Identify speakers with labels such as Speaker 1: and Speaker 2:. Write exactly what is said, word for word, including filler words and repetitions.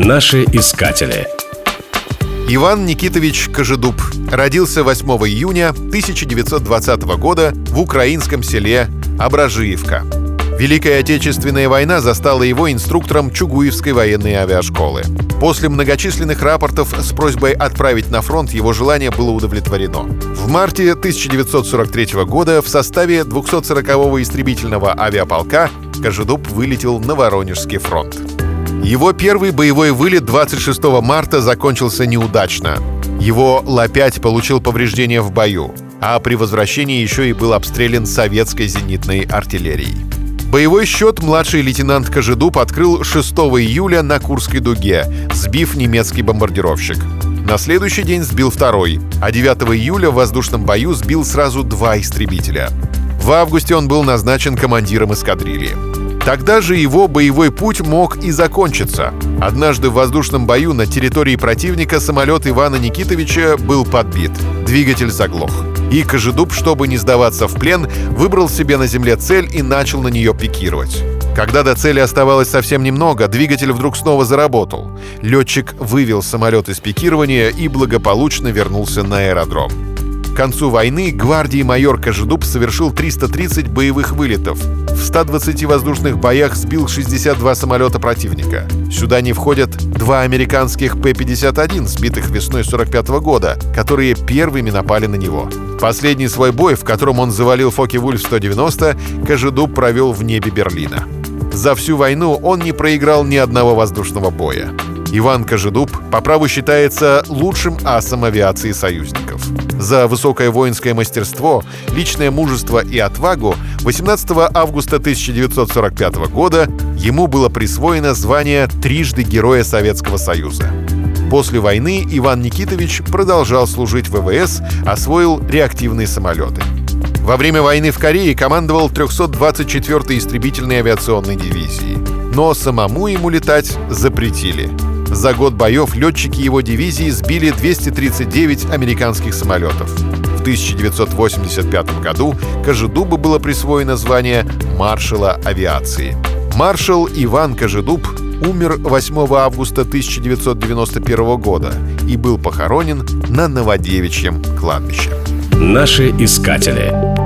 Speaker 1: Наши искатели.
Speaker 2: Иван Никитович Кожедуб родился восьмого июня тысяча девятьсот двадцатого года в украинском селе Ображиевка. Великая Отечественная война застала его инструктором Чугуевской военной авиашколы. После многочисленных рапортов с просьбой отправить на фронт его желание было удовлетворено. В марте тысяча девятьсот сорок третьего года в составе двухсот сорокового истребительного авиаполка Кожедуб вылетел на Воронежский фронт. Его первый боевой вылет двадцать шестого марта закончился неудачно. Его Ла пять получил повреждения в бою, а при возвращении еще и был обстрелян советской зенитной артиллерией. Боевой счет младший лейтенант Кожедуб открыл шестого июля на Курской дуге, сбив немецкий бомбардировщик. На следующий день сбил второй, а девятого июля в воздушном бою сбил сразу два истребителя. В августе он был назначен командиром эскадрильи. Тогда же его боевой путь мог и закончиться. Однажды в воздушном бою на территории противника самолет Ивана Никитовича был подбит, двигатель заглох. И Кожедуб, чтобы не сдаваться в плен, выбрал себе на земле цель и начал на нее пикировать. Когда до цели оставалось совсем немного, двигатель вдруг снова заработал. Летчик вывел самолет из пикирования и благополучно вернулся на аэродром. К концу войны гвардии майор Кожедуб совершил триста тридцать боевых вылетов. В ста двадцати воздушных боях сбил шестьдесят два самолета противника. Сюда не входят два американских Пэ пятьдесят один, сбитых весной сорок пятого года, которые первыми напали на него. Последний свой бой, в котором он завалил Фокке-Вульф сто девяносто, Кожедуб провел в небе Берлина. За всю войну он не проиграл ни одного воздушного боя. Иван Кожедуб по праву считается лучшим асом авиации союзников. За высокое воинское мастерство, личное мужество и отвагу восемнадцатого августа тысяча девятьсот сорок пятого года ему было присвоено звание трижды Героя Советского Союза. После войны Иван Никитович продолжал служить в вэ вэ эс, освоил реактивные самолеты. Во время войны в Корее командовал трехсот двадцать четвёртой истребительной авиационной дивизией. Но самому ему летать запретили. За год боев летчики его дивизии сбили двести тридцать девять американских самолетов. В тысяча девятьсот восемьдесят пятом году Кожедубу было присвоено звание маршала авиации. Маршал Иван Кожедуб умер восьмого августа тысяча девятьсот девяносто первого года и был похоронен на Новодевичьем кладбище.
Speaker 1: Наши искатели.